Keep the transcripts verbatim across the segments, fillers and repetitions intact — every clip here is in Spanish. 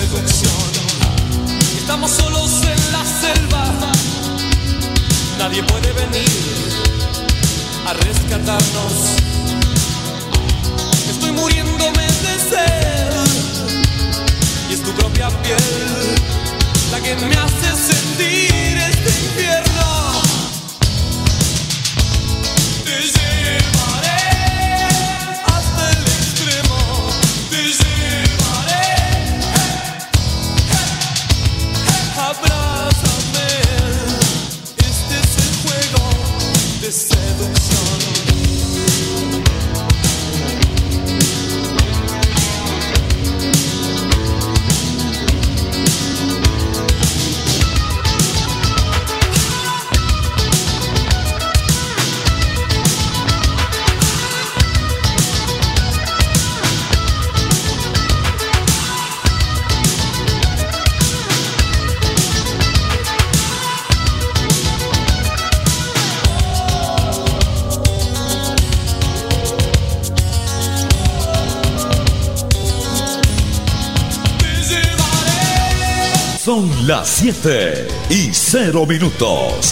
seducción. Estamos solos en la selva, nadie puede venir a rescatarnos. Estoy muriéndome de sed y es tu propia piel la que me hace sentir este infierno. Te llevaré hasta el extremo, te llevaré, abrázame, este es el juego de seducción. Son las siete y cero minutos.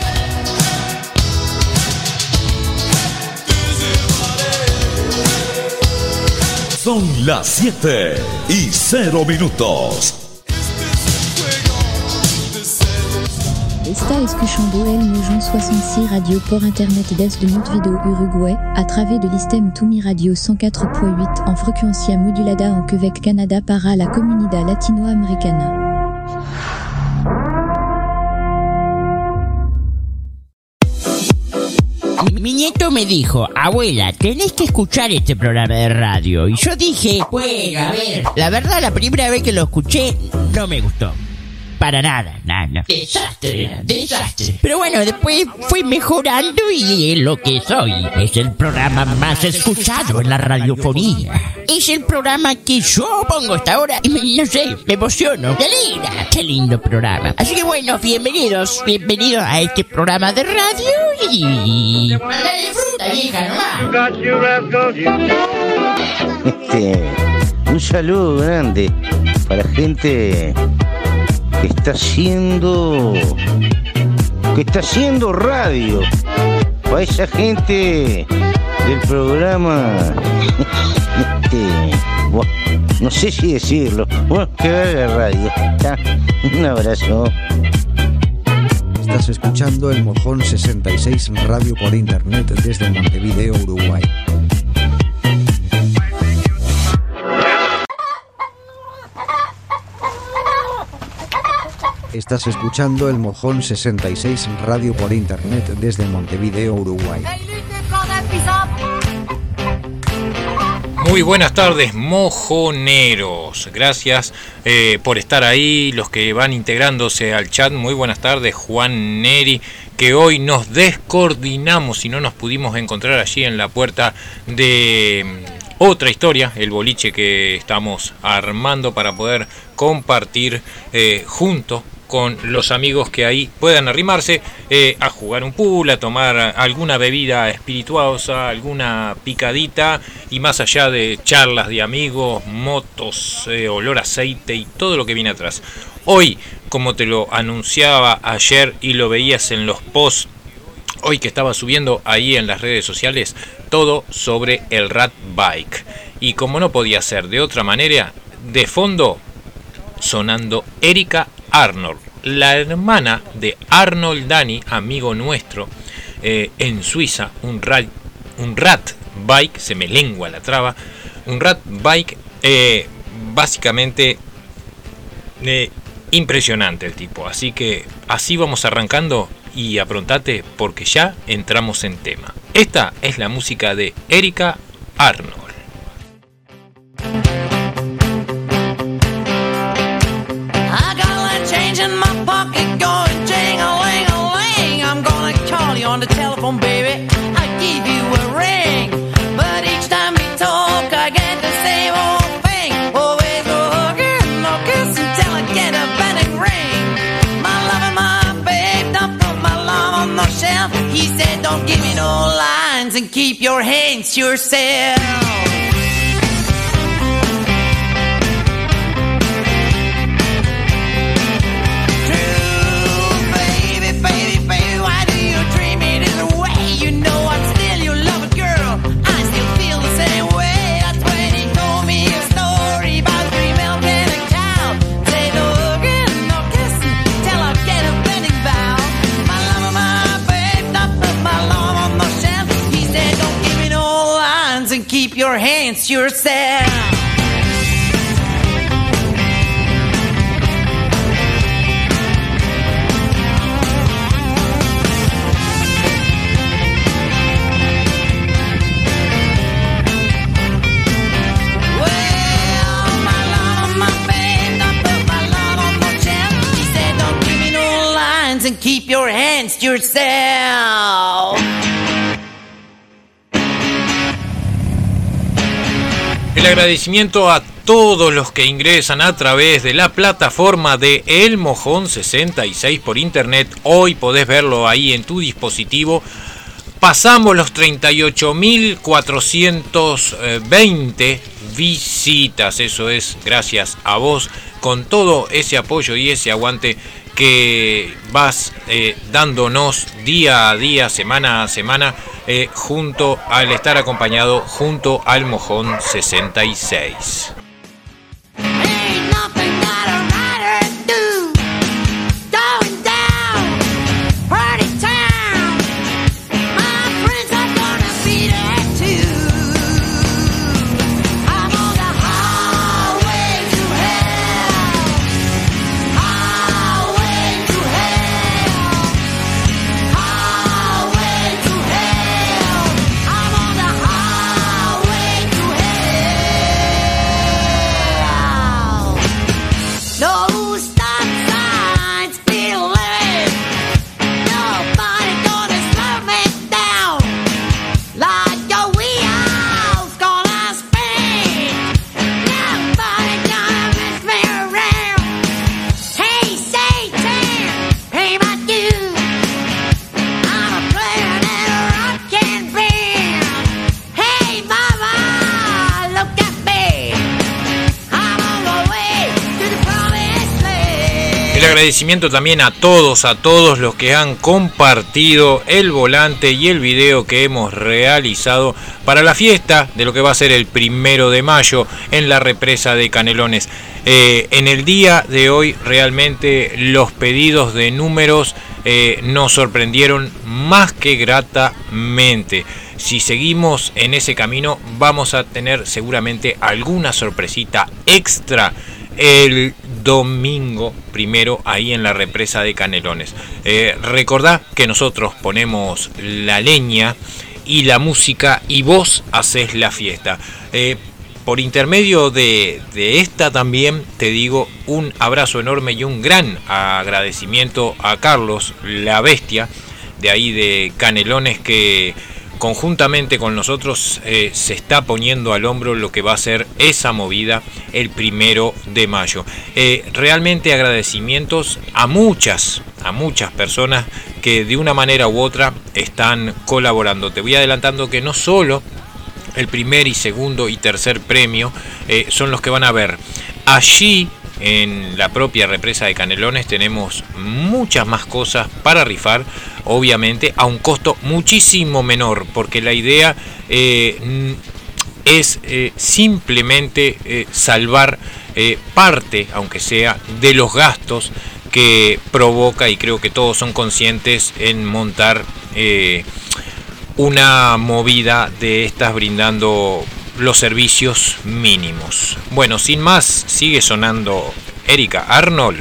Son las siete y cero minutos. Está escuchando el Mojon soixante-six Radio por Internet desde Montevideo, Uruguay, a través de l'Istem Tumi Radio cent quatre point huit en frecuencia modulada en Quebec, Canada para la comunidad latinoamericana. Mi nieto me dijo, abuela, tenés que escuchar este programa de radio. Y yo dije, bueno, a ver. La verdad, la primera vez que lo escuché, no me gustó. Para nada, nada. Desastre, desastre. Pero bueno, después fui mejorando y es lo que soy. Es el programa más escuchado en la radiofonía. Es el programa que yo pongo hasta ahora y me, no sé, me emociono, me alegra. Qué lindo programa. Así que bueno, bienvenidos, bienvenidos a este programa de radio y... ¡Dale fruta, vieja, nomás! Este, un saludo grande para la gente que está haciendo que está haciendo radio, para esa gente del programa este, bueno, no sé si decirlo, bueno, que haga radio. Un abrazo. Estás escuchando el Mojón sesenta y seis Radio por Internet desde Montevideo, Uruguay. Estás escuchando el Mojón sesenta y seis Radio por Internet desde Montevideo, Uruguay. Muy buenas tardes, mojoneros. Gracias eh, por estar ahí, los que van integrándose al chat. Muy buenas tardes, Juan Neri, que hoy nos descoordinamos y no nos pudimos encontrar allí en la puerta de otra historia, el boliche que estamos armando para poder compartir eh, juntos con los amigos que ahí puedan arrimarse eh, a jugar un pool, a tomar alguna bebida espirituosa, alguna picadita, y más allá de charlas de amigos, motos, eh, olor a aceite y todo lo que viene atrás. Hoy, como te lo anunciaba ayer y lo veías en los posts, hoy que estaba subiendo ahí en las redes sociales, todo sobre el Rat Bike. Y como no podía ser de otra manera, de fondo sonando Erika Arnold, la hermana de Arnold Dani, amigo nuestro, eh, en Suiza, un rat, un rat bike, se me lengua la traba, un rat bike, eh, básicamente eh, impresionante el tipo. Así que así vamos arrancando y aprontate porque ya entramos en tema. Esta es la música de Erika Arnold. On the telephone, baby, I give you a ring, but each time we talk, I get the same old thing. Always a hooker, no kiss until I get a wedding ring. My love and my babe, don't put my love on the shelf. He said, don't give me no lines and keep your hands to yourself. your hands to yourself. And keep your hands to yourself. El agradecimiento a todos los que ingresan a través de la plataforma de El Mojón sesenta y seis por internet. Hoy podés verlo ahí en tu dispositivo. Pasamos los treinta y ocho mil cuatrocientos veinte visitas. Eso es gracias a vos, con todo ese apoyo y ese aguante que vas eh, dándonos día a día, semana a semana, eh, junto al estar acompañado junto al Mojón sesenta y seis. Agradecimiento también a todos, a todos los que han compartido el volante y el video que hemos realizado para la fiesta de lo que va a ser el primero de mayo en la represa de Canelones. Eh, en el día de hoy realmente los pedidos de números eh, nos sorprendieron más que gratamente. Si seguimos en ese camino vamos a tener seguramente alguna sorpresita extra el domingo primero ahí en la represa de Canelones. Eh, recordá que nosotros ponemos la leña y la música y vos hacés la fiesta. Eh, por intermedio de, de esta también te digo un abrazo enorme y un gran agradecimiento a Carlos, la bestia, de ahí de Canelones, que conjuntamente con nosotros eh, se está poniendo al hombro lo que va a ser esa movida el primero de mayo. Eh, realmente agradecimientos a muchas, a muchas personas que de una manera u otra están colaborando. Te voy adelantando que no solo el primer y segundo y tercer premio eh, son los que van a ver. Allí en la propia represa de Canelones tenemos muchas más cosas para rifar, obviamente a un costo muchísimo menor, porque la idea eh, es eh, simplemente eh, salvar eh, parte, aunque sea, de los gastos que provoca, y creo que todos son conscientes en montar eh, una movida de estas brindando los servicios mínimos. Bueno, sin más, sigue sonando Erika Arnold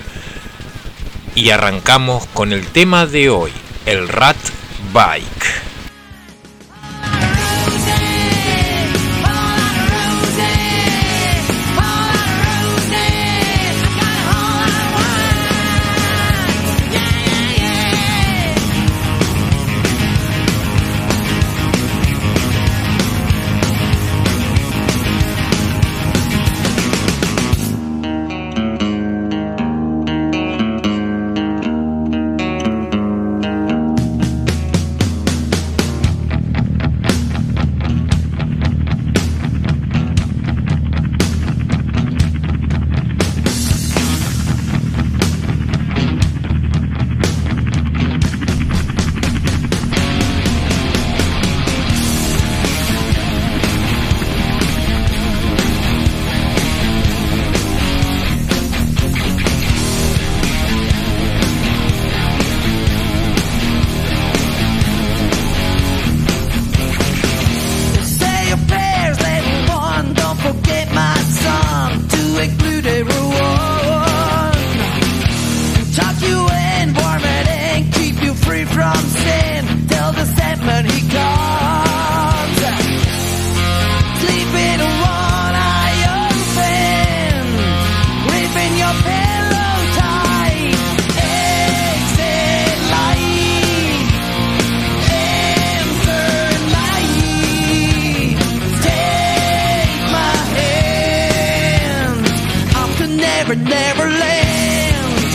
y arrancamos con el tema de hoy, el Rat Bike. never, never land.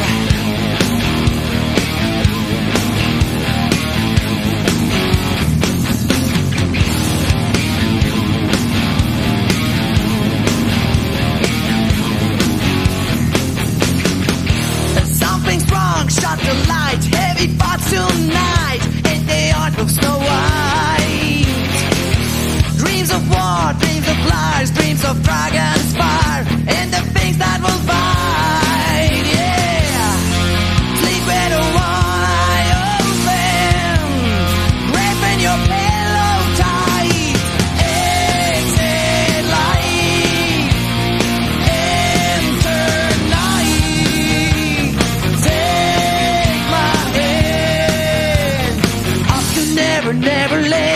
Something's wrong, shut the light, heavy thoughts tonight, and they aren't no Snow White. Dreams of war, dreams of lies, dreams of dragon's fire, and the things that will fight, yeah. Sleep with one eye open, gripping your pillow tight. Exit light, enter night. Take my hand, off to never, never land.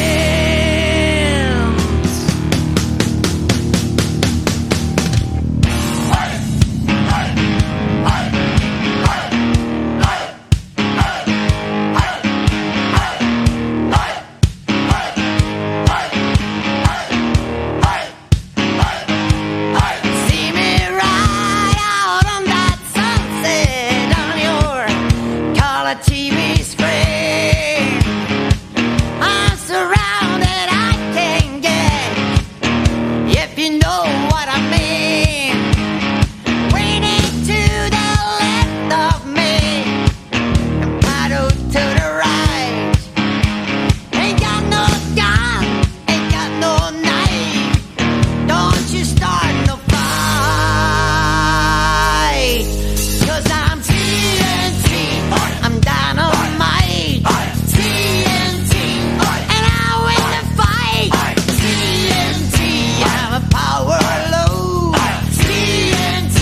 See me ride out on that sunset on your color T V screen. I'm surrounded, I can't get, if you know what I mean. Waiting to the left of me, and paddle to the right. Ain't got no gun, ain't got no knife. Don't you start no fight, 'cause I'm T N T, I'm dynamite. T N T, and I win the fight. T N T, I'm a power load. T N T,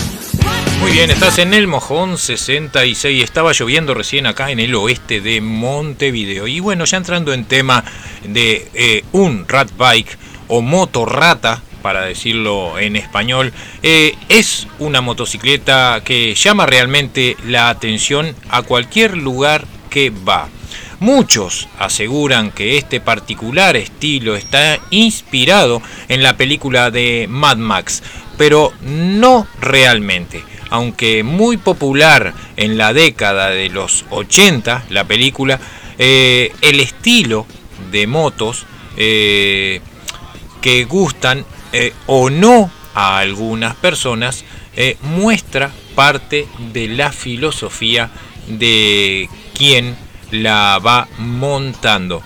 Muy bien, estás en el Mojón sesenta y seis. Estaba lloviendo recién acá en el oeste de Montevideo. Y bueno, ya entrando en tema de eh, un rat bike o motorrata, para decirlo en español, eh, es una motocicleta que llama realmente la atención a cualquier lugar que va. Muchos aseguran que este particular estilo está inspirado en la película de Mad Max, pero no realmente. Aunque muy popular en la década de los ochenta, la película, eh, el estilo de motos eh, que gustan eh, o no a algunas personas eh, muestra parte de la filosofía de quien la va montando.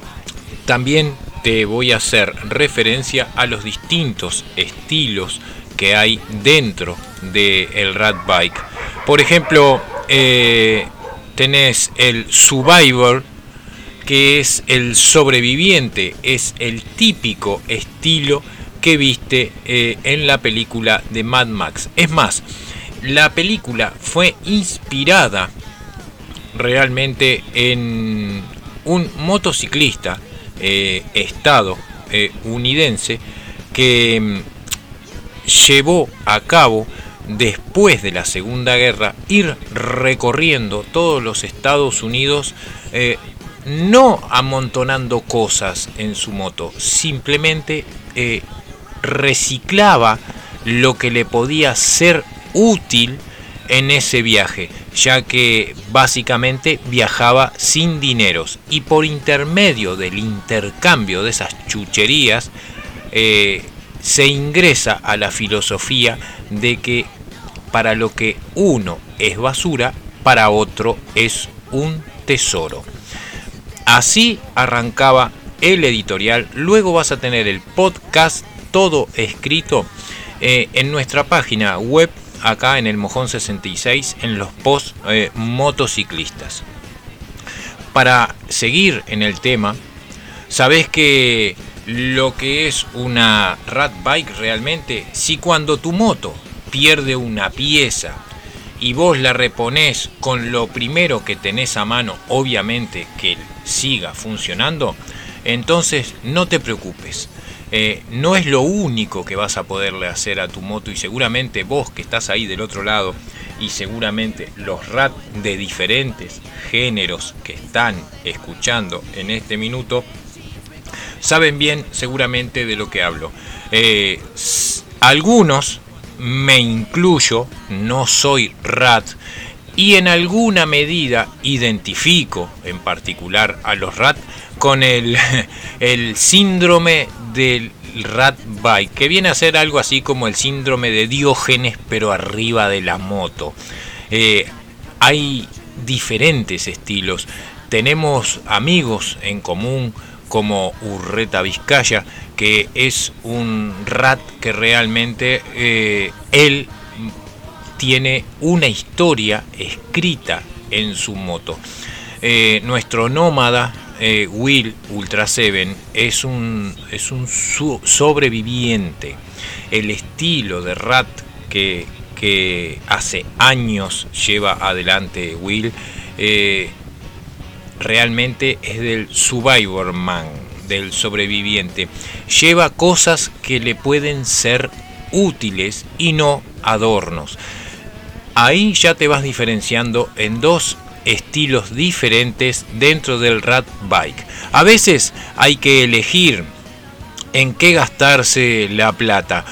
También te voy a hacer referencia a los distintos estilos que hay dentro del rat bike. Por ejemplo, eh, tenés el survivor, que es el sobreviviente, es el típico estilo que viste eh, en la película de Mad Max. Es más, la película fue inspirada realmente en un motociclista eh, estadounidense que mm, llevó a cabo, después de la Segunda Guerra, ir recorriendo todos los Estados Unidos, eh, no amontonando cosas en su moto, simplemente eh, reciclaba lo que le podía ser útil en ese viaje, ya que básicamente viajaba sin dineros, y por intermedio del intercambio de esas chucherías eh, se ingresa a la filosofía de que para lo que uno es basura, para otro es un tesoro. Así arrancaba el editorial. Luego vas a tener el podcast todo escrito eh, en nuestra página web, acá en el Mojón sesenta y seis, en los posts eh, motociclistas. Para seguir en el tema, sabés que lo que es una rat bike realmente, si cuando tu moto pierde una pieza y vos la reponés con lo primero que tenés a mano, obviamente que siga funcionando, entonces no te preocupes. Eh, no es lo único que vas a poderle hacer a tu moto, y seguramente vos que estás ahí del otro lado, y seguramente los rat de diferentes géneros que están escuchando en este minuto, saben bien seguramente de lo que hablo. Eh, algunos me incluyo, no soy rat, y en alguna medida identifico en particular a los rat con el, el síndrome del rat bike, que viene a ser algo así como el síndrome de Diógenes, pero arriba de la moto. Eh, hay diferentes estilos. Tenemos amigos en común como Urreta Vizcaya, que es un rat que realmente eh, él tiene una historia escrita en su moto. Eh, nuestro nómada eh, Will Ultra siete es un, es un su- sobreviviente. El estilo de rat que, que hace años lleva adelante Will eh, realmente es del Survivor Man, del sobreviviente. Lleva cosas que le pueden ser útiles y no adornos. Ahí ya te vas diferenciando en dos estilos diferentes dentro del rat bike. A veces hay que elegir en qué gastarse la plata,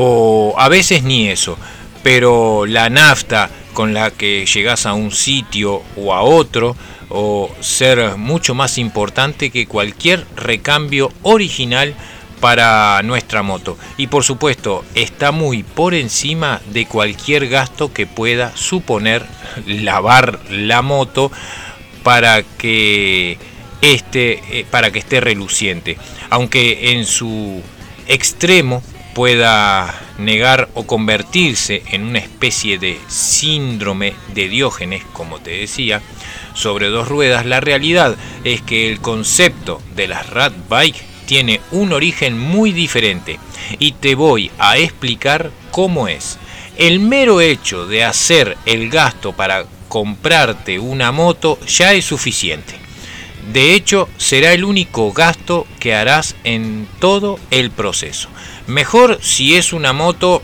o a veces ni eso, pero la nafta con la que llegas a un sitio o a otro, o ser mucho más importante que cualquier recambio original para nuestra moto. Y por supuesto está muy por encima de cualquier gasto que pueda suponer lavar la moto para que esté, para que esté reluciente, aunque en su extremo pueda negar o convertirse en una especie de síndrome de Diógenes, como te decía, sobre dos ruedas. La realidad es que el concepto de las rat bike tiene un origen muy diferente y te voy a explicar cómo es. El mero hecho de hacer el gasto para comprarte una moto ya es suficiente. De hecho, será el único gasto que harás en todo el proceso. Mejor si es una moto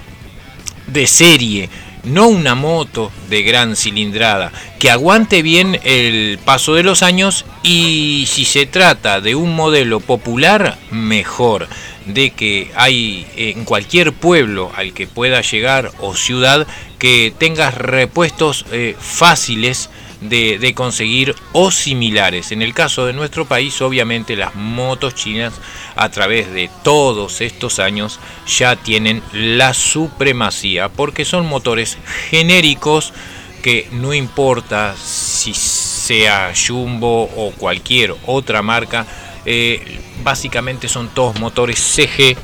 de serie, no una moto de gran cilindrada, que aguante bien el paso de los años, y si se trata de un modelo popular, mejor, de que hay en cualquier pueblo al que pueda llegar o ciudad, que tengas repuestos eh, fáciles de, de conseguir o similares. En el caso de nuestro país, obviamente las motos chinas a través de todos estos años ya tienen la supremacía, porque son motores genéricos que no importa si sea Jumbo o cualquier otra marca, eh, básicamente son todos motores C G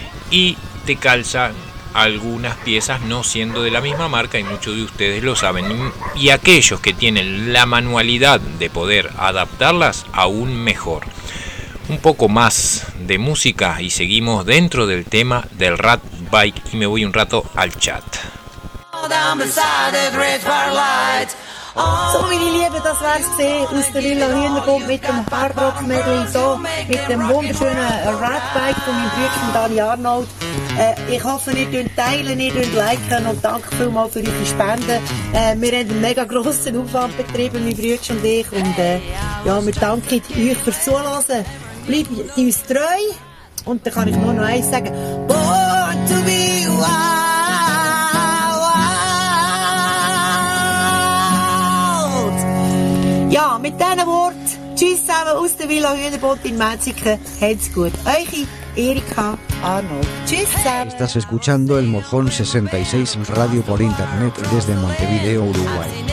y te calzan algunas piezas no siendo de la misma marca, y muchos de ustedes lo saben, y aquellos que tienen la manualidad de poder adaptarlas, aún mejor. Un poco más de música y seguimos dentro del tema del rat bike, y me voy un rato al chat. So, meine Lieben, das wär's gesehen aus der Villa Hühnergrund mit dem Hardrock-Medley hier, mit dem wunderschönen Radbike von meinem Bruder Dani Arnold. Äh, ich hoffe, ihr könnt teilen, ihr könnt liken, und danke vielmals für eure Spenden. Äh, wir haben einen mega grossen Aufwand betrieben, mein Bruder und ich, und äh, ja, wir danken euch fürs Zuhören. Bleibt uns treu, und dann kann ich nur noch eins sagen: Born to be wild. Ja, mit diesen Worten, tschüss zusammen aus der Villa Hühnerbund in Metzigen. Habt's gut. Eure Erika Arnold. Tschüss zusammen. Estás escuchando el Mojón sesenta y seis Radio por Internet desde Montevideo, Uruguay.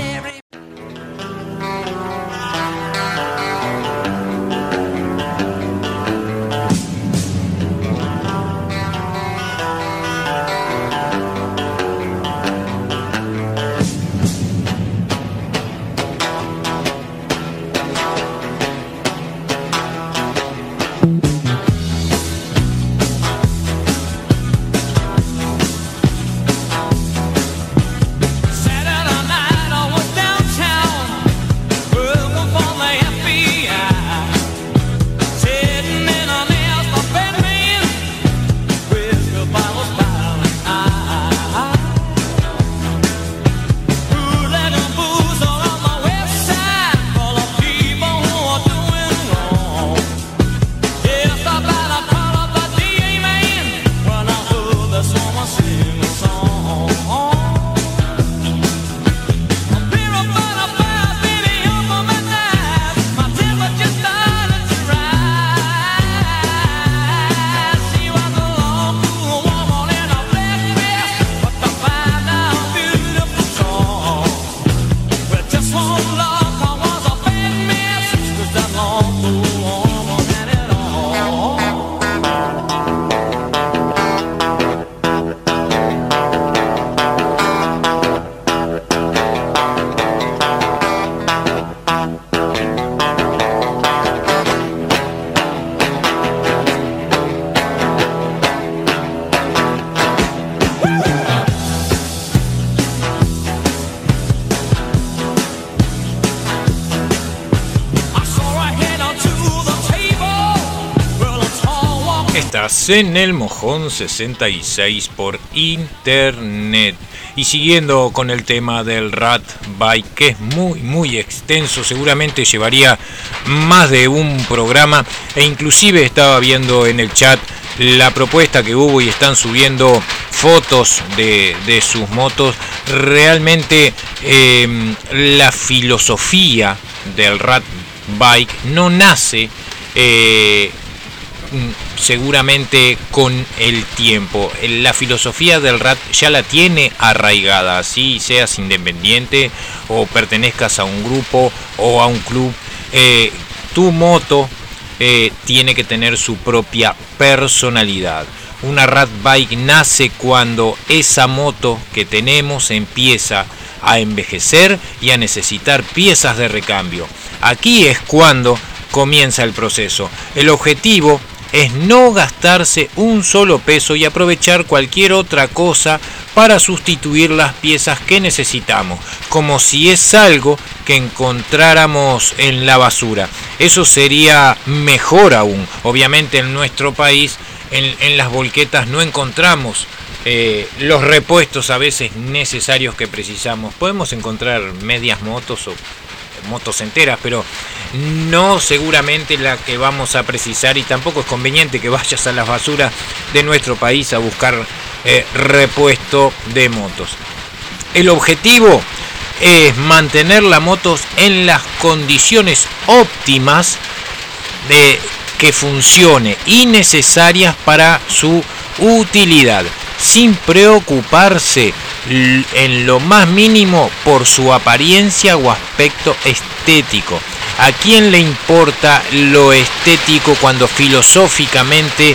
Saturday night, I went Estás en el Mojón sesenta y seis por internet. Y siguiendo con el tema del Rat Bike, que es muy muy extenso, seguramente llevaría más de un programa, e inclusive estaba viendo en el chat la propuesta que hubo y están subiendo fotos de, de sus motos. Realmente eh, la filosofía del Rat Bike no nace eh, seguramente con el tiempo. La filosofía del Rat ya la tiene arraigada, así seas independiente o pertenezcas a un grupo o a un club. Eh, tu moto eh, tiene que tener su propia personalidad. Una Rat Bike nace cuando esa moto que tenemos empieza a envejecer y a necesitar piezas de recambio. Aquí es cuando comienza el proceso. El objetivo es no gastarse un solo peso y aprovechar cualquier otra cosa para sustituir las piezas que necesitamos, como si es algo que encontráramos en la basura. Eso sería mejor aún. Obviamente en nuestro país, en, en las volquetas no encontramos eh, los repuestos a veces necesarios que precisamos. Podemos encontrar medias motos o motos enteras, pero no seguramente la que vamos a precisar, y tampoco es conveniente que vayas a las basuras de nuestro país a buscar eh, repuesto de motos. El objetivo es mantener la moto en las condiciones óptimas de que funcione y necesarias para su utilidad, sin preocuparse en lo más mínimo por su apariencia o aspecto estético. ¿A quién le importa lo estético cuando filosóficamente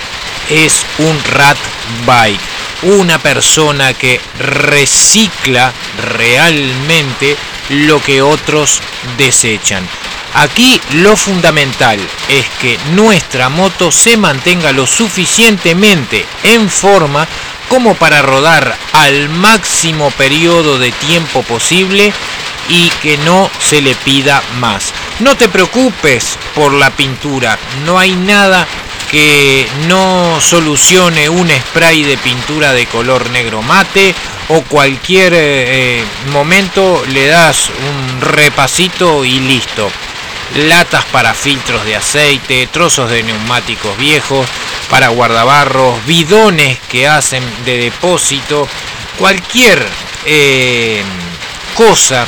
es un Rat Bike? Una persona que recicla realmente lo que otros desechan. Aquí lo fundamental es que nuestra moto se mantenga lo suficientemente en forma como para rodar al máximo periodo de tiempo posible y que no se le pida más. No te preocupes por la pintura, no hay nada que no solucione un spray de pintura de color negro mate, o cualquier eh, momento le das un repasito y listo. Latas para filtros de aceite, trozos de neumáticos viejos para guardabarros, bidones que hacen de depósito, cualquier eh, cosa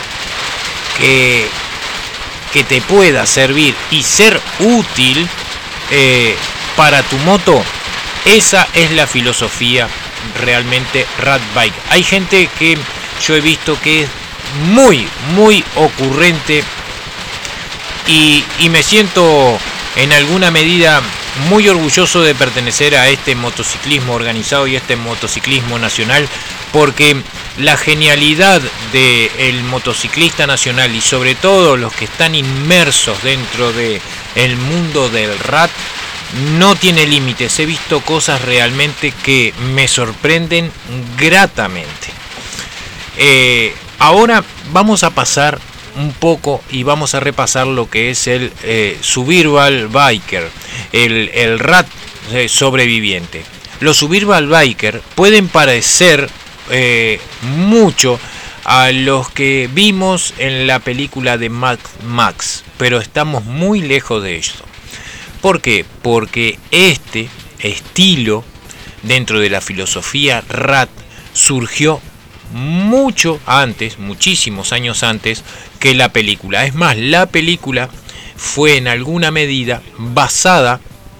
que, que te pueda servir y ser útil eh, para tu moto. Esa es la filosofía realmente Rat Bike. Hay gente que yo he visto que es muy muy ocurrente, y, y me siento en alguna medida muy orgulloso de pertenecer a este motociclismo organizado y este motociclismo nacional, porque la genialidad del motociclista nacional, y sobre todo los que están inmersos dentro de el mundo del Rat, no tiene límites. He visto cosas realmente que me sorprenden gratamente. Eh, ahora vamos a pasar un poco y vamos a repasar lo que es el eh, Suburban Biker, el, el Rat eh, sobreviviente. Los Suburban Biker pueden parecer eh, mucho a los que vimos en la película de Mad Max, pero estamos muy lejos de esto. ¿Por qué? Porque este estilo dentro de la filosofía Rat surgió mucho antes, muchísimos años antes que la película. Es más, la película fue en alguna medida basada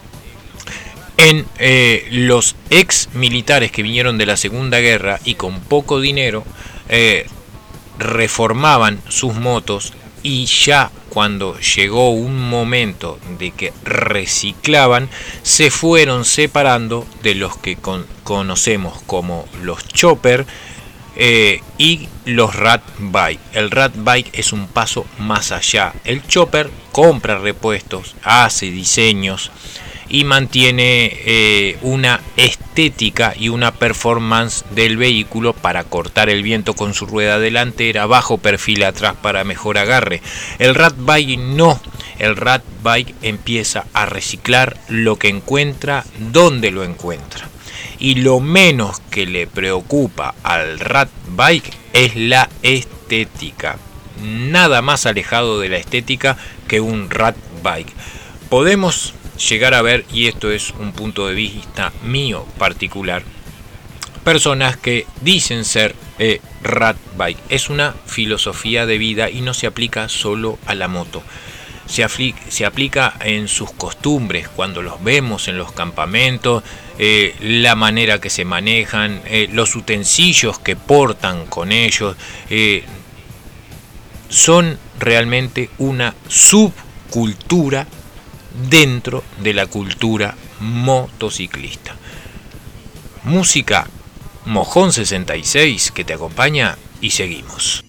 en eh, los ex militares que vinieron de la Segunda Guerra y con poco dinero eh, reformaban sus motos, y ya cuando llegó un momento de que reciclaban, se fueron separando de los que con, conocemos como los chopper eh, y los Rat Bike. El Rat Bike es un paso más allá. El chopper compra repuestos, hace diseños y mantiene eh, una estética y una performance del vehículo para cortar el viento con su rueda delantera, bajo perfil atrás para mejor agarre. El Rat Bike no, el rat bike empieza a reciclar lo que encuentra, donde lo encuentra. Y lo menos que le preocupa al rat bike es la estética. Nada más alejado de la estética que un rat bike. Podemos llegar a ver, y esto es un punto de vista mío particular, personas que dicen ser eh, rat bike. Es una filosofía de vida y no se aplica solo a la moto. Se, afli- se aplica en sus costumbres, cuando los vemos en los campamentos, eh, la manera que se manejan, eh, los utensilios que portan con ellos. Eh, son realmente una subcultura dentro de la cultura motociclista. Música Mojón sesenta y seis que te acompaña y seguimos.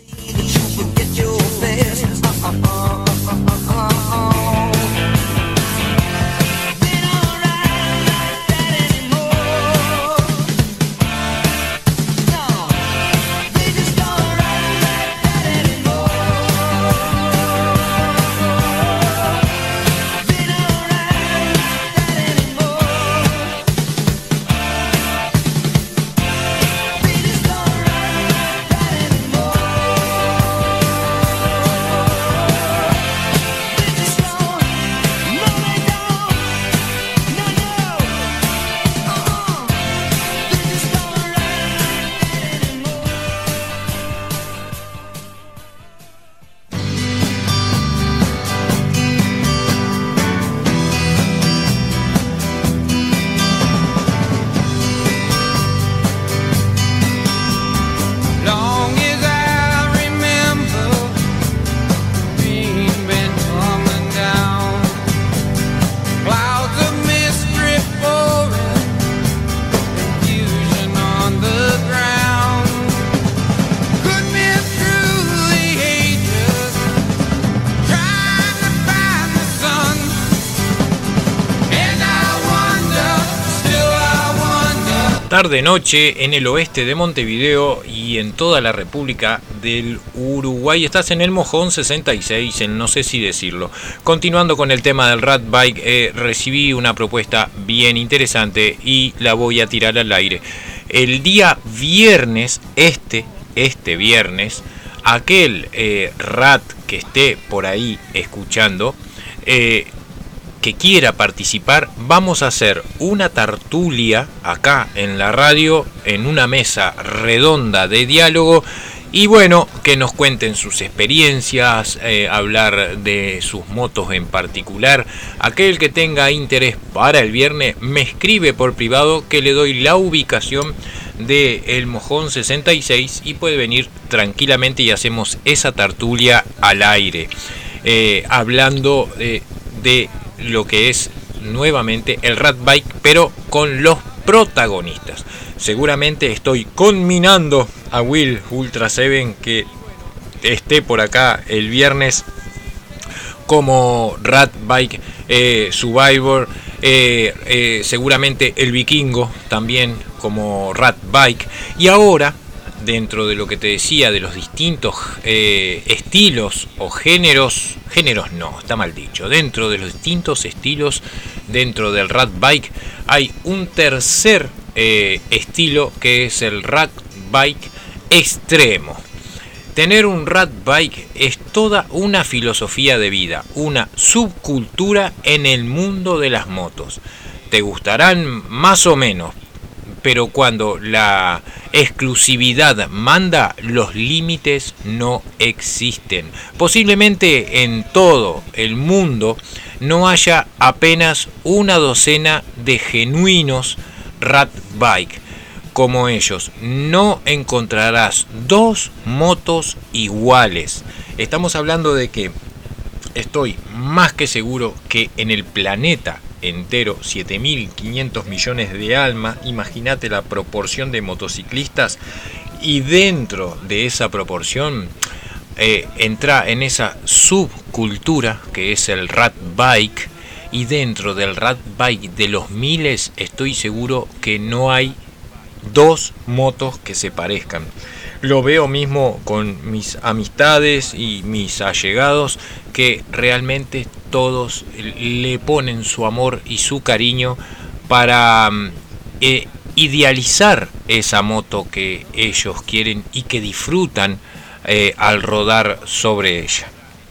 Tarde noche en el oeste de Montevideo y en toda la República del Uruguay. Estás en el Mojón sesenta y seis, en no sé si decirlo. Continuando con el tema del rat bike, eh, recibí una propuesta bien interesante y la voy a tirar al aire. El día viernes, este, este viernes, aquel eh, rat que esté por ahí escuchando, eh, que quiera participar, vamos a hacer una tertulia acá en la radio, en una mesa redonda de diálogo, y bueno, que nos cuenten sus experiencias, eh, hablar de sus motos en particular. Aquel que tenga interés para el viernes me escribe por privado, que le doy la ubicación de El Mojón sesenta y seis y puede venir tranquilamente y hacemos esa tertulia al aire, eh, hablando eh, de lo que es nuevamente el rat bike, pero con los protagonistas. Seguramente estoy conminando a Will Ultra siete que esté por acá el viernes como rat bike eh, Survivor, eh, eh, seguramente el Vikingo también como rat bike. Y ahora, dentro de lo que te decía de los distintos eh, estilos o géneros, géneros no, está mal dicho, dentro de los distintos estilos dentro del rat bike hay un tercer eh, estilo, que es el rat bike extremo. Tener un rat bike es toda una filosofía de vida, una subcultura en el mundo de las motos. Te gustarán más o menos, pero cuando la exclusividad manda, los límites no existen. Posiblemente en todo el mundo no haya apenas una docena de genuinos rat bike como ellos. No encontrarás dos motos iguales. Estamos hablando de que estoy más que seguro que en el planeta entero, siete mil quinientos millones de almas, imagínate la proporción de motociclistas, y dentro de esa proporción eh, entra en esa subcultura que es el rat bike, y dentro del rat bike de los miles estoy seguro que no hay dos motos que se parezcan. Lo veo mismo con mis amistades y mis allegados, que realmente todos le ponen su amor y su cariño para eh, idealizar esa moto que ellos quieren y que disfrutan eh, al rodar sobre ella.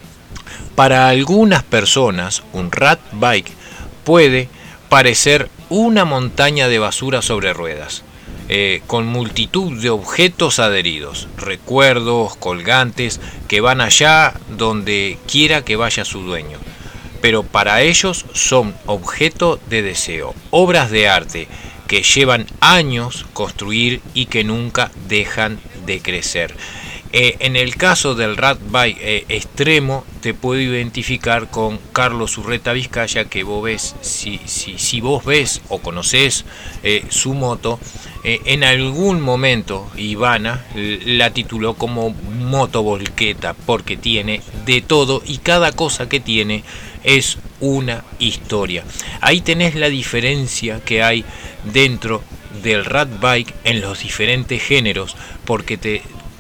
Para algunas personas, un rat bike puede parecer una montaña de basura sobre ruedas, eh, con multitud de objetos adheridos, recuerdos, colgantes, que van allá donde quiera que vaya su dueño. Pero para ellos son objeto de deseo, obras de arte que llevan años construir y que nunca dejan de crecer. Eh, en el caso del rat bike eh, extremo, te puedo identificar con Carlos Urreta Vizcaya, que vos ves, si, si, si vos ves o conocés eh, su moto, eh, en algún momento Ivana la tituló como motovolqueta, porque tiene de todo y cada cosa que tiene es una historia. Ahí tenés la diferencia que hay dentro del rat bike en los diferentes géneros, porque te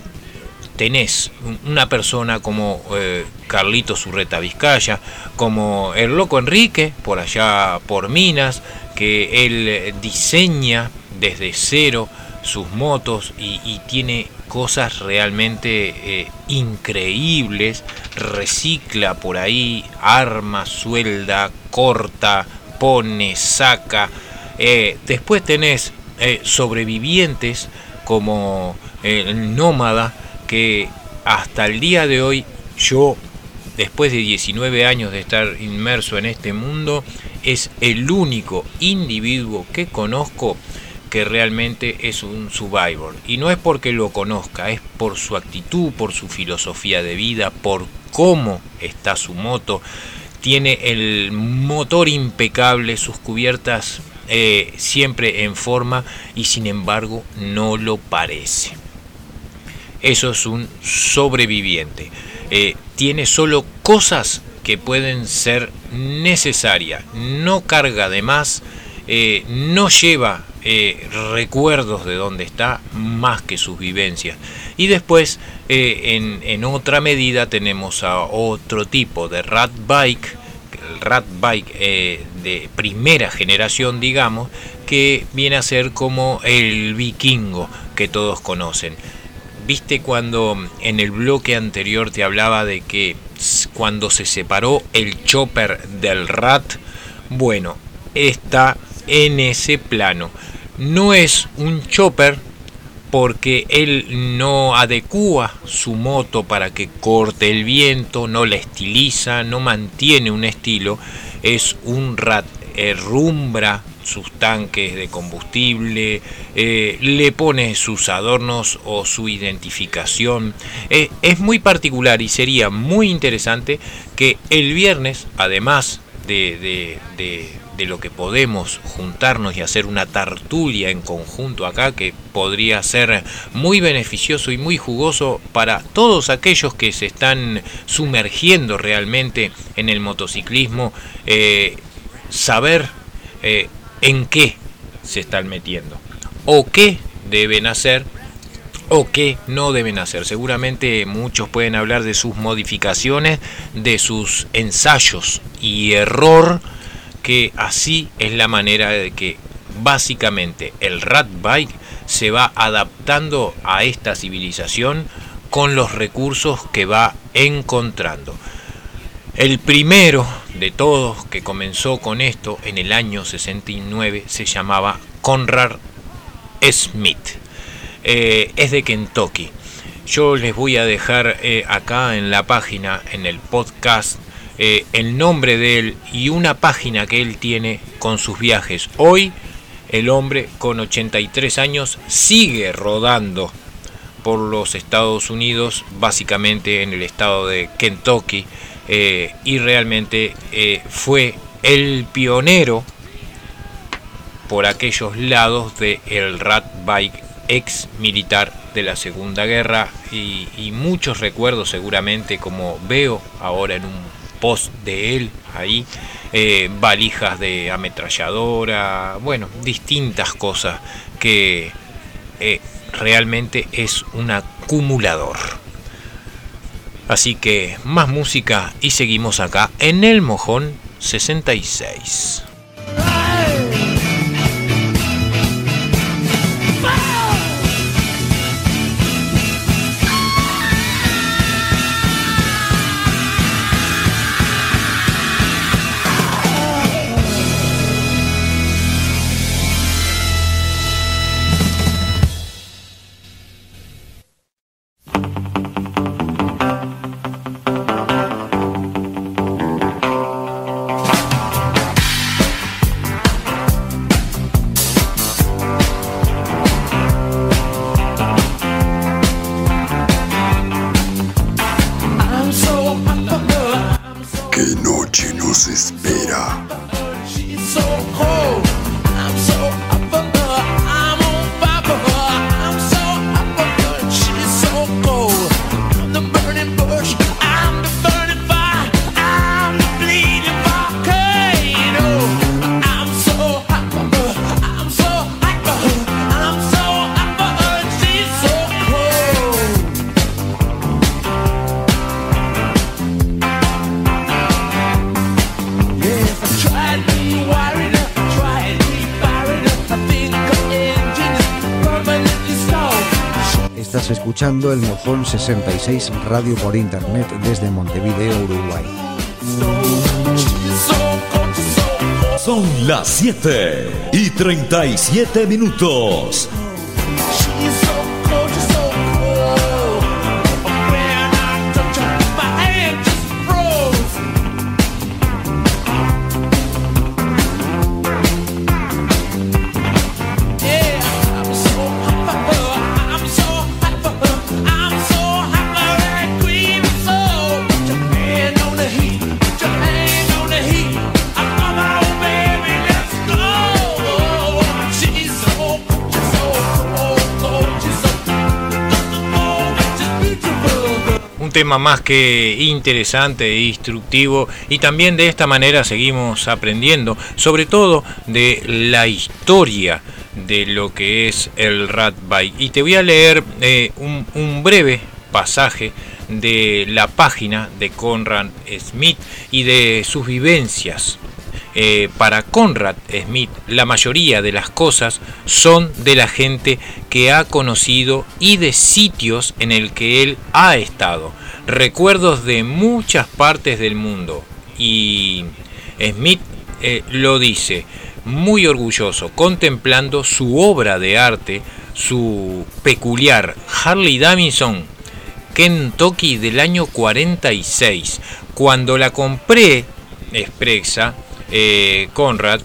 tenés una persona como eh, Carlitos Urreta Vizcaya, como el Loco Enrique, por allá por Minas, que él diseña desde cero sus motos y, y tiene cosas realmente eh, increíbles, recicla por ahí, arma, suelda, corta, pone, saca. Eh, después tenés eh, sobrevivientes como eh, el Nómada, que hasta el día de hoy yo, después de diecinueve años de estar inmerso en este mundo, es el único individuo que conozco que realmente es un survivor. Y no es porque lo conozca, es por su actitud, por su filosofía de vida, por cómo está su moto. Tiene el motor impecable, sus cubiertas eh, siempre en forma, y sin embargo no lo parece. Eso es un sobreviviente. Eh, tiene solo cosas que pueden ser necesarias. No carga de más. Eh, no lleva eh, recuerdos de dónde está más que sus vivencias. Y después, eh, en, en otra medida, tenemos a otro tipo de rat bike. El rat bike eh, de primera generación, digamos, que viene a ser como el vikingo que todos conocen. ¿Viste cuando en el bloque anterior te hablaba de que cuando se separó el chopper del rat? Bueno, está en ese plano. No es un chopper porque él no adecúa su moto para que corte el viento, no la estiliza, no mantiene un estilo. Es un rat, herrumbra sus tanques de combustible, eh, le pone sus adornos o su identificación. Eh, es muy particular y sería muy interesante que el viernes, además de, de, de, de lo que podemos juntarnos y hacer una tertulia en conjunto acá, que podría ser muy beneficioso y muy jugoso para todos aquellos que se están sumergiendo realmente en el motociclismo, eh, saber eh, en qué se están metiendo, o qué deben hacer, o qué no deben hacer. Seguramente muchos pueden hablar de sus modificaciones, de sus ensayos y error, que así es la manera de que básicamente el rat bike se va adaptando a esta civilización con los recursos que va encontrando. El primero de todos que comenzó con esto en el año sesenta y nueve se llamaba Conrad Smith. Eh, es de Kentucky. Yo les voy a dejar eh, acá en la página, en el podcast, eh, el nombre de él y una página que él tiene con sus viajes. Hoy el hombre con ochenta y tres años sigue rodando por los Estados Unidos, básicamente en el estado de Kentucky. Eh, y realmente eh, fue el pionero por aquellos lados del rat bike, ex militar de la Segunda Guerra, y, y muchos recuerdos seguramente, como veo ahora en un post de él ahí, eh, valijas de ametralladora, bueno, distintas cosas que eh, realmente es un acumulador. Así que más música y seguimos acá en El Mojón sesenta y seis. Escuchando El Mojón sesenta y seis Radio por Internet desde Montevideo, Uruguay. Son las siete y treinta y siete minutos. Tema más que interesante e instructivo, y también de esta manera seguimos aprendiendo sobre todo de la historia de lo que es el rat bike. Y te voy a leer eh, un, un breve pasaje de la página de Conrad Smith y de sus vivencias. Eh, para Conrad Smith, la mayoría de las cosas son de la gente que ha conocido y de sitios en el que él ha estado. Recuerdos de muchas partes del mundo. Y Smith eh, lo dice muy orgulloso, contemplando su obra de arte, su peculiar Harley Davidson Kentucky del año cuarenta y seis. Cuando la compré, expresa eh, Conrad,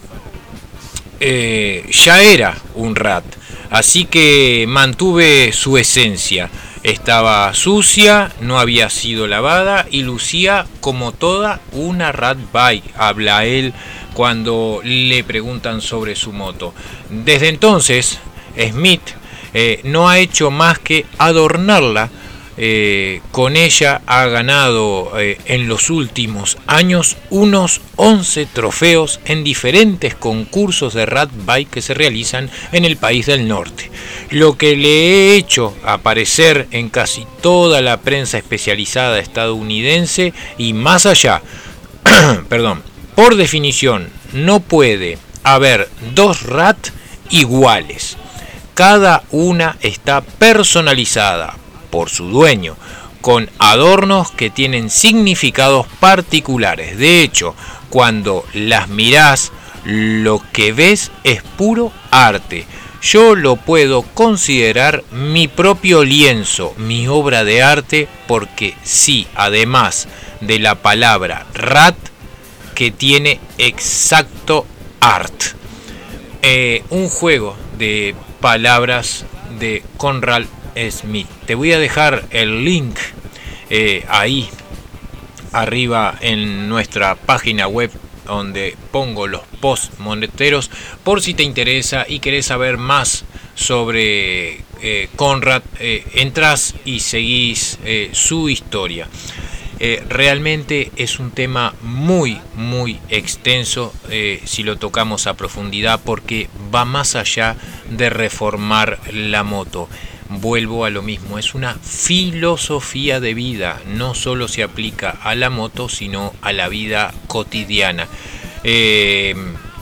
eh, ya era un rat, así que mantuve su esencia. Estaba sucia, no había sido lavada y lucía como toda una rat bike, habla él cuando le preguntan sobre su moto. Desde entonces, Smith eh, no ha hecho más que adornarla. Eh, con ella ha ganado eh, en los últimos años unos once trofeos en diferentes concursos de rat bike que se realizan en el país del norte, lo que le he hecho aparecer en casi toda la prensa especializada estadounidense y más allá. Perdón, por definición no puede haber dos rat iguales, cada una está personalizada por su dueño, con adornos que tienen significados particulares. De hecho, cuando las mirás, lo que ves es puro arte. Yo lo puedo considerar mi propio lienzo, mi obra de arte, porque sí, además de la palabra rat, que tiene exacto art. Eh, un juego de palabras de Conrad Smith. Te voy a dejar el link eh, ahí arriba en nuestra página web, donde pongo los posts moneteros, por si te interesa y querés saber más sobre eh, Conrad, eh, entras y seguís eh, su historia. Eh, realmente es un tema muy, muy extenso eh, si lo tocamos a profundidad, porque va más allá de reformar la moto. Vuelvo a lo mismo, es una filosofía de vida, no solo se aplica a la moto, sino a la vida cotidiana. Eh,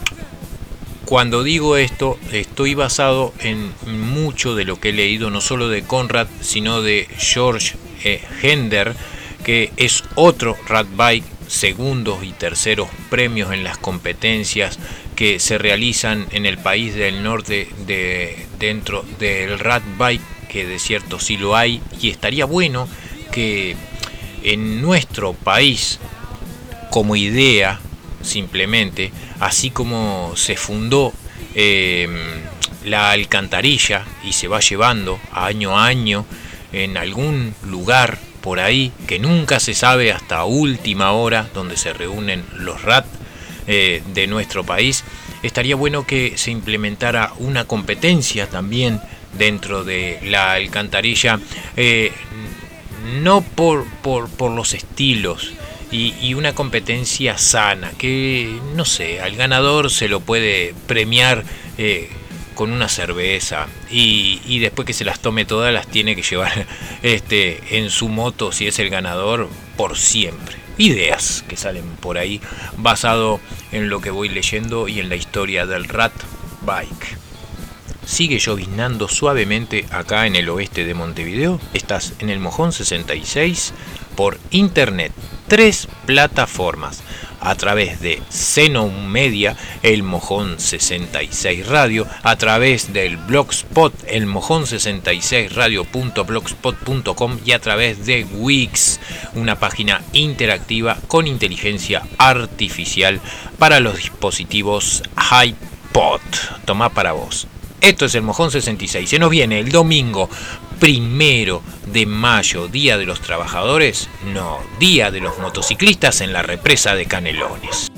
Cuando digo esto, estoy basado en mucho de lo que he leído, no solo de Conrad, sino de George eh, Hender, que es otro rat bike, segundos y terceros premios en las competencias que se realizan en el país del norte de, dentro del rat bike, que de cierto sí lo hay, y estaría bueno que en nuestro país, como idea, simplemente, así como se fundó eh, la alcantarilla y se va llevando año a año en algún lugar por ahí que nunca se sabe hasta última hora donde se reúnen los rat eh, de nuestro país, estaría bueno que se implementara una competencia también dentro de la alcantarilla, eh, no por, por, por los estilos, Y, y una competencia sana, que no sé, al ganador se lo puede premiar eh, con una cerveza y, y después que se las tome todas las tiene que llevar este, en su moto, si es el ganador, por siempre. Ideas que salen por ahí basado en lo que voy leyendo y en la historia del rat bike. Sigue lloviznando suavemente acá en el oeste de Montevideo. Estás en el Mojón sesenta y seis por internet. Tres plataformas a través de Zenon Media, el Mojón sesenta y seis Radio, a través del Blogspot, el Mojón sesenta y seis radio punto blogspot punto com, y a través de Wix, una página interactiva con inteligencia artificial para los dispositivos iPod. Toma para vos. Esto es el Mojón sesenta y seis. Se nos viene el domingo primero de mayo, Día de los Trabajadores, no, Día de los Motociclistas en la represa de Canelones.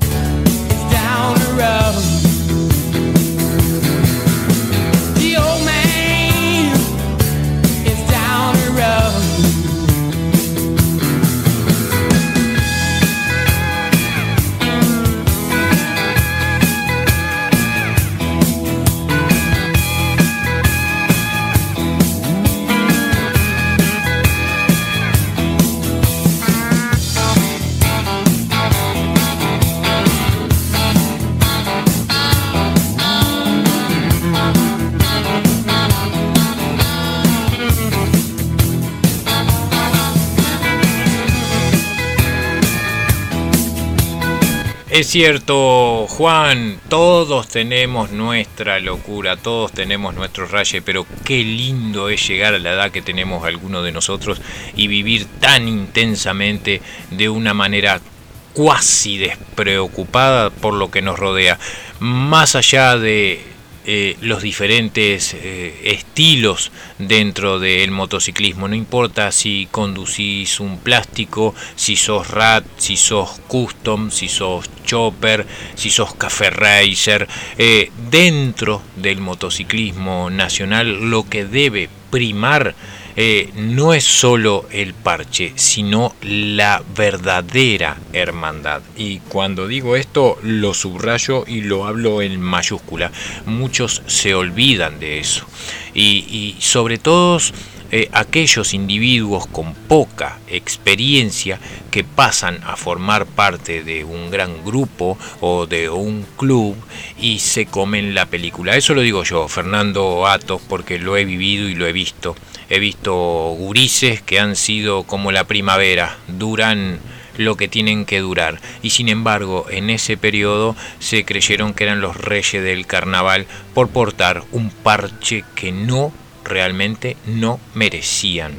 Es cierto, Juan, todos tenemos nuestra locura, todos tenemos nuestro raye, pero qué lindo es llegar a la edad que tenemos algunos de nosotros y vivir tan intensamente de una manera cuasi despreocupada por lo que nos rodea, más allá de eh, los diferentes eh, estilos dentro del motociclismo. No importa si conducís un plástico, si sos rat, si sos custom, si sos chopper, si sos café racer, eh, dentro del motociclismo nacional lo que debe primar eh, no es solo el parche, sino la verdadera hermandad. Y cuando digo esto lo subrayo y lo hablo en mayúscula. Muchos se olvidan de eso y, y sobre todo Eh, aquellos individuos con poca experiencia que pasan a formar parte de un gran grupo o de un club y se comen la película. Eso lo digo yo, Fernando Atos, porque lo he vivido y lo he visto. He visto gurises que han sido como la primavera, duran lo que tienen que durar, y sin embargo en ese periodo se creyeron que eran los reyes del carnaval por portar un parche que no realmente no merecían.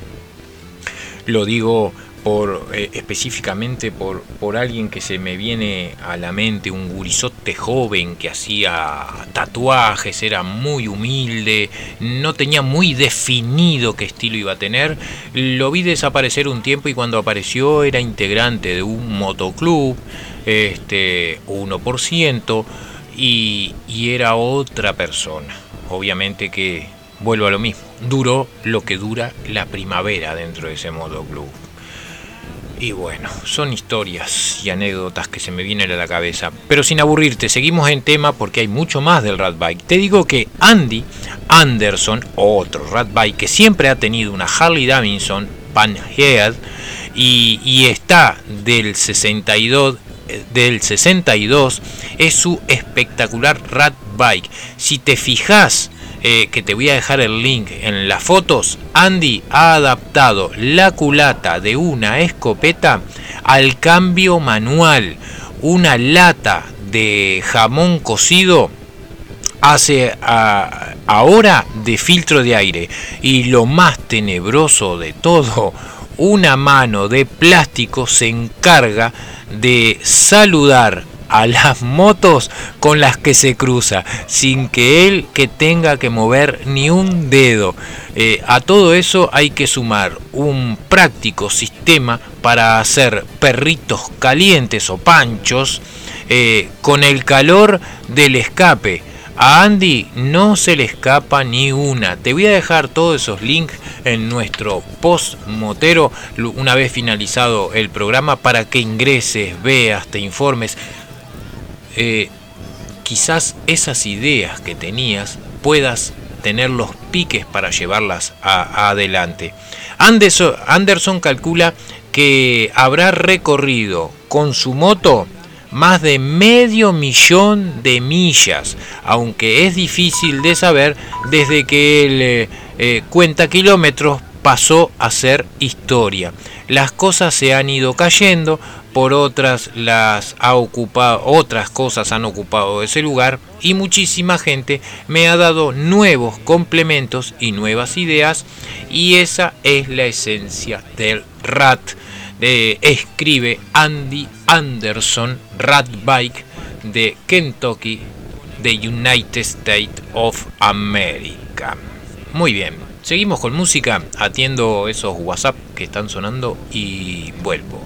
Lo digo por eh, específicamente por, por alguien que se me viene a la mente, un gurizote joven que hacía tatuajes, era muy humilde, no tenía muy definido qué estilo iba a tener. Lo vi desaparecer un tiempo y cuando apareció era integrante de un motoclub, este uno por ciento, y, y era otra persona. Obviamente que vuelvo a lo mismo, duró lo que dura la primavera dentro de ese motoclub. Y bueno, son historias y anécdotas que se me vienen a la cabeza. Pero sin aburrirte, seguimos en tema porque hay mucho más del rat bike. Te digo que Andy Anderson, otro rat bike que siempre ha tenido una Harley Davidson Panhead y, y está del sesenta y dos, del sesenta y dos, es su espectacular rat bike. Si te fijas, Eh, que te voy a dejar el link en las fotos, Andy ha adaptado la culata de una escopeta al cambio manual. Una lata de jamón cocido hace a, ahora de filtro de aire. Y lo más tenebroso de todo, una mano de plástico se encarga de saludar a las motos con las que se cruza, sin que él que tenga que mover ni un dedo. Eh, a todo eso hay que sumar un práctico sistema para hacer perritos calientes o panchos eh, con el calor del escape. A Andy no se le escapa ni una. Te voy a dejar todos esos links en nuestro post motero una vez finalizado el programa para que ingreses, veas, te informes. Eh, quizás esas ideas que tenías puedas tener los piques para llevarlas a, a adelante. Anderson, Anderson calcula que habrá recorrido con su moto más de medio millón de millas, aunque es difícil de saber desde que él eh, eh, cuenta kilómetros pasó a ser historia. Las cosas se han ido cayendo, por otras las ha ocupado, otras cosas han ocupado ese lugar y muchísima gente me ha dado nuevos complementos y nuevas ideas, y esa es la esencia del rat. Eh, escribe Andy Anderson, rat bike de Kentucky, de United States of America. Muy bien, seguimos con música, atiendo esos WhatsApp que están sonando y vuelvo.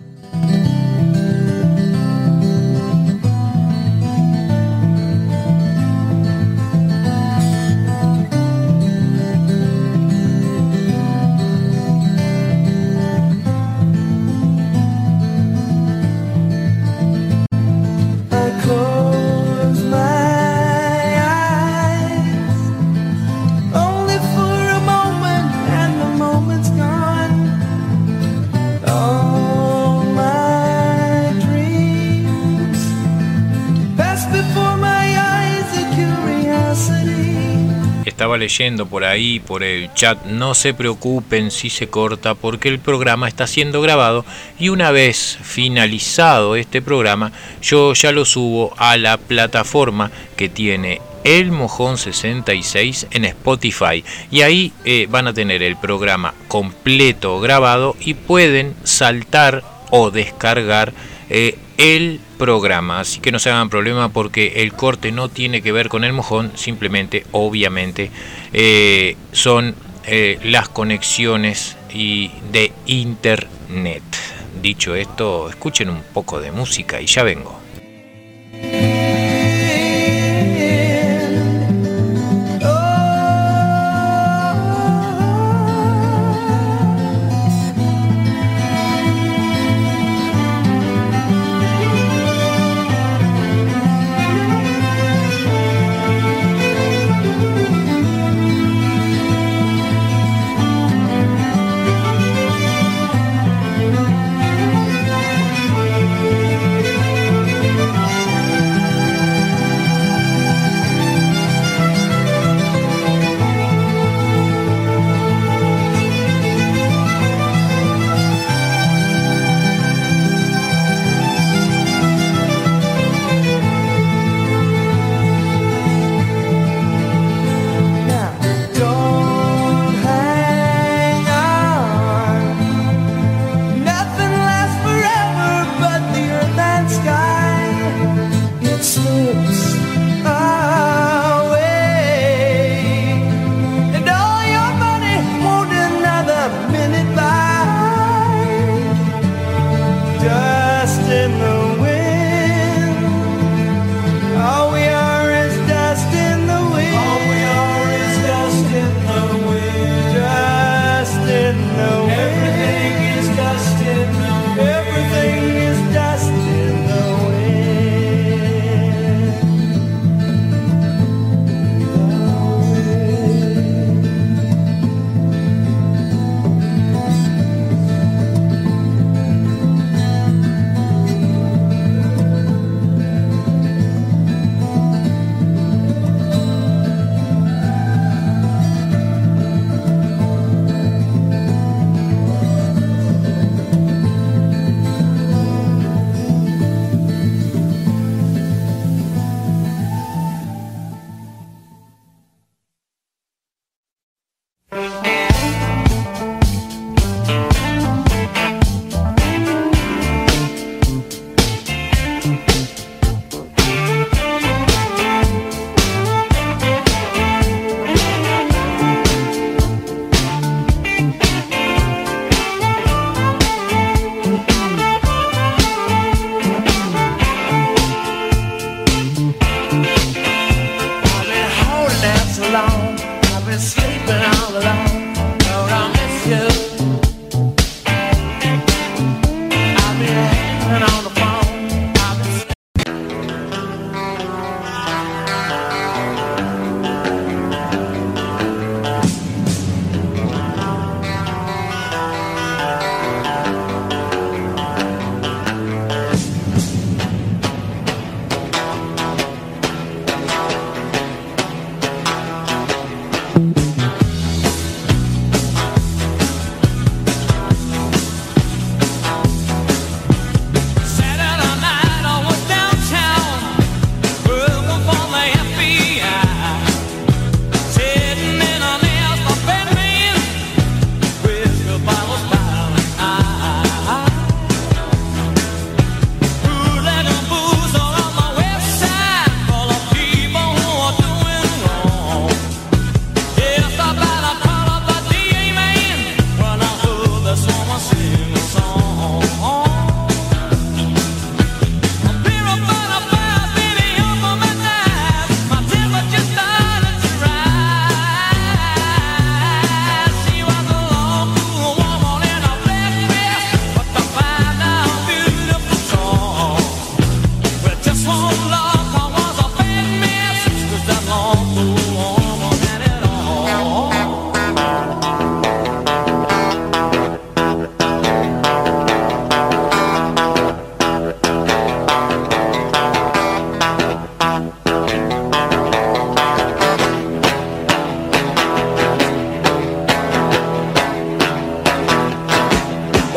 Estaba leyendo por ahí, por el chat, no se preocupen si se corta porque el programa está siendo grabado y una vez finalizado este programa yo ya lo subo a la plataforma que tiene El Mojón sesenta y seis en Spotify y ahí eh, van a tener el programa completo grabado y pueden saltar o descargar eh, el programa, así que no se hagan problema porque el corte no tiene que ver con el mojón, simplemente, obviamente, eh, son eh, las conexiones y de internet. Dicho esto, escuchen un poco de música y ya vengo.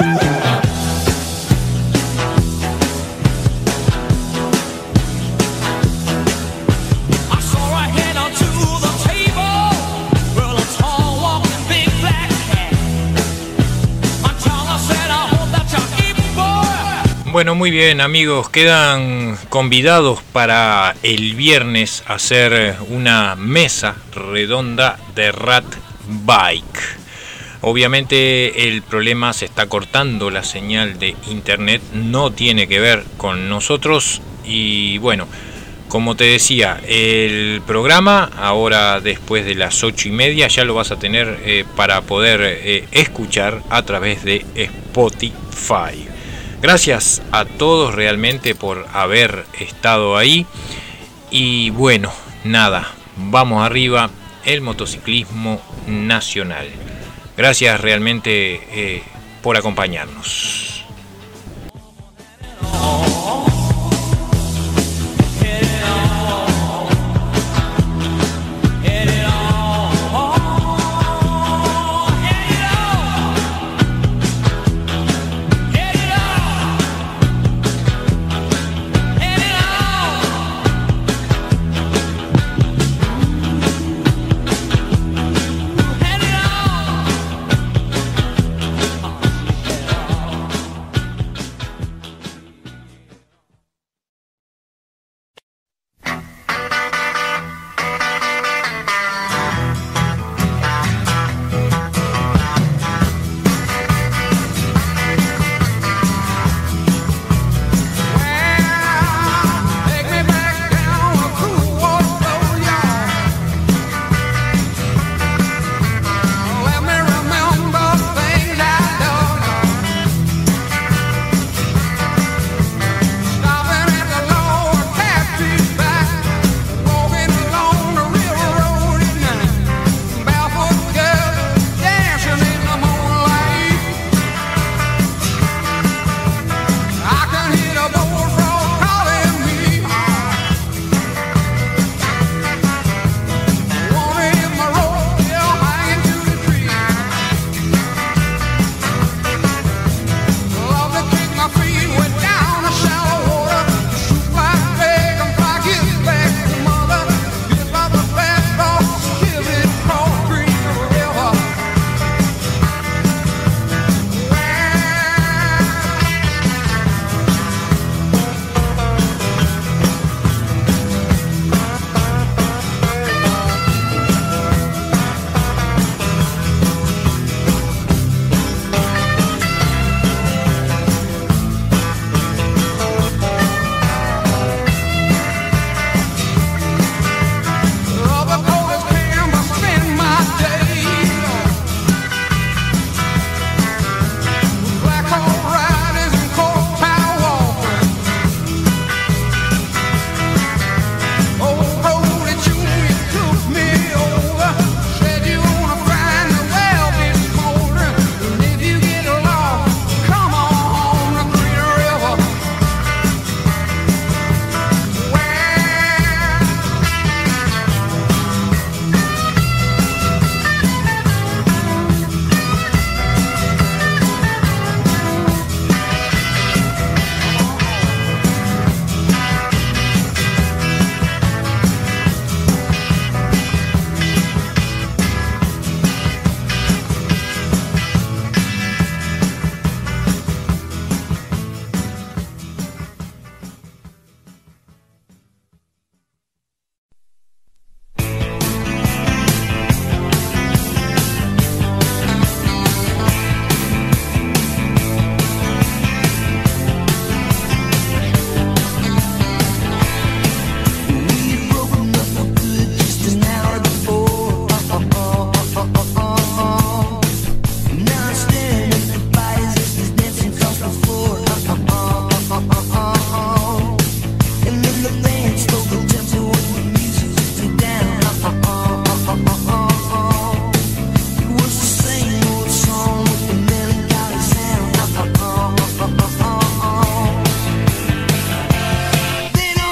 Bueno, muy bien amigos, quedan convidados para el viernes a hacer una mesa redonda de Rat Bike. Obviamente el problema se está cortando la señal de internet, no tiene que ver con nosotros y bueno, como te decía, el programa ahora después de las ocho y media ya lo vas a tener eh, para poder eh, escuchar a través de Spotify. Gracias a todos realmente por haber estado ahí y bueno, nada, vamos arriba, el motociclismo nacional. Gracias realmente eh, por acompañarnos.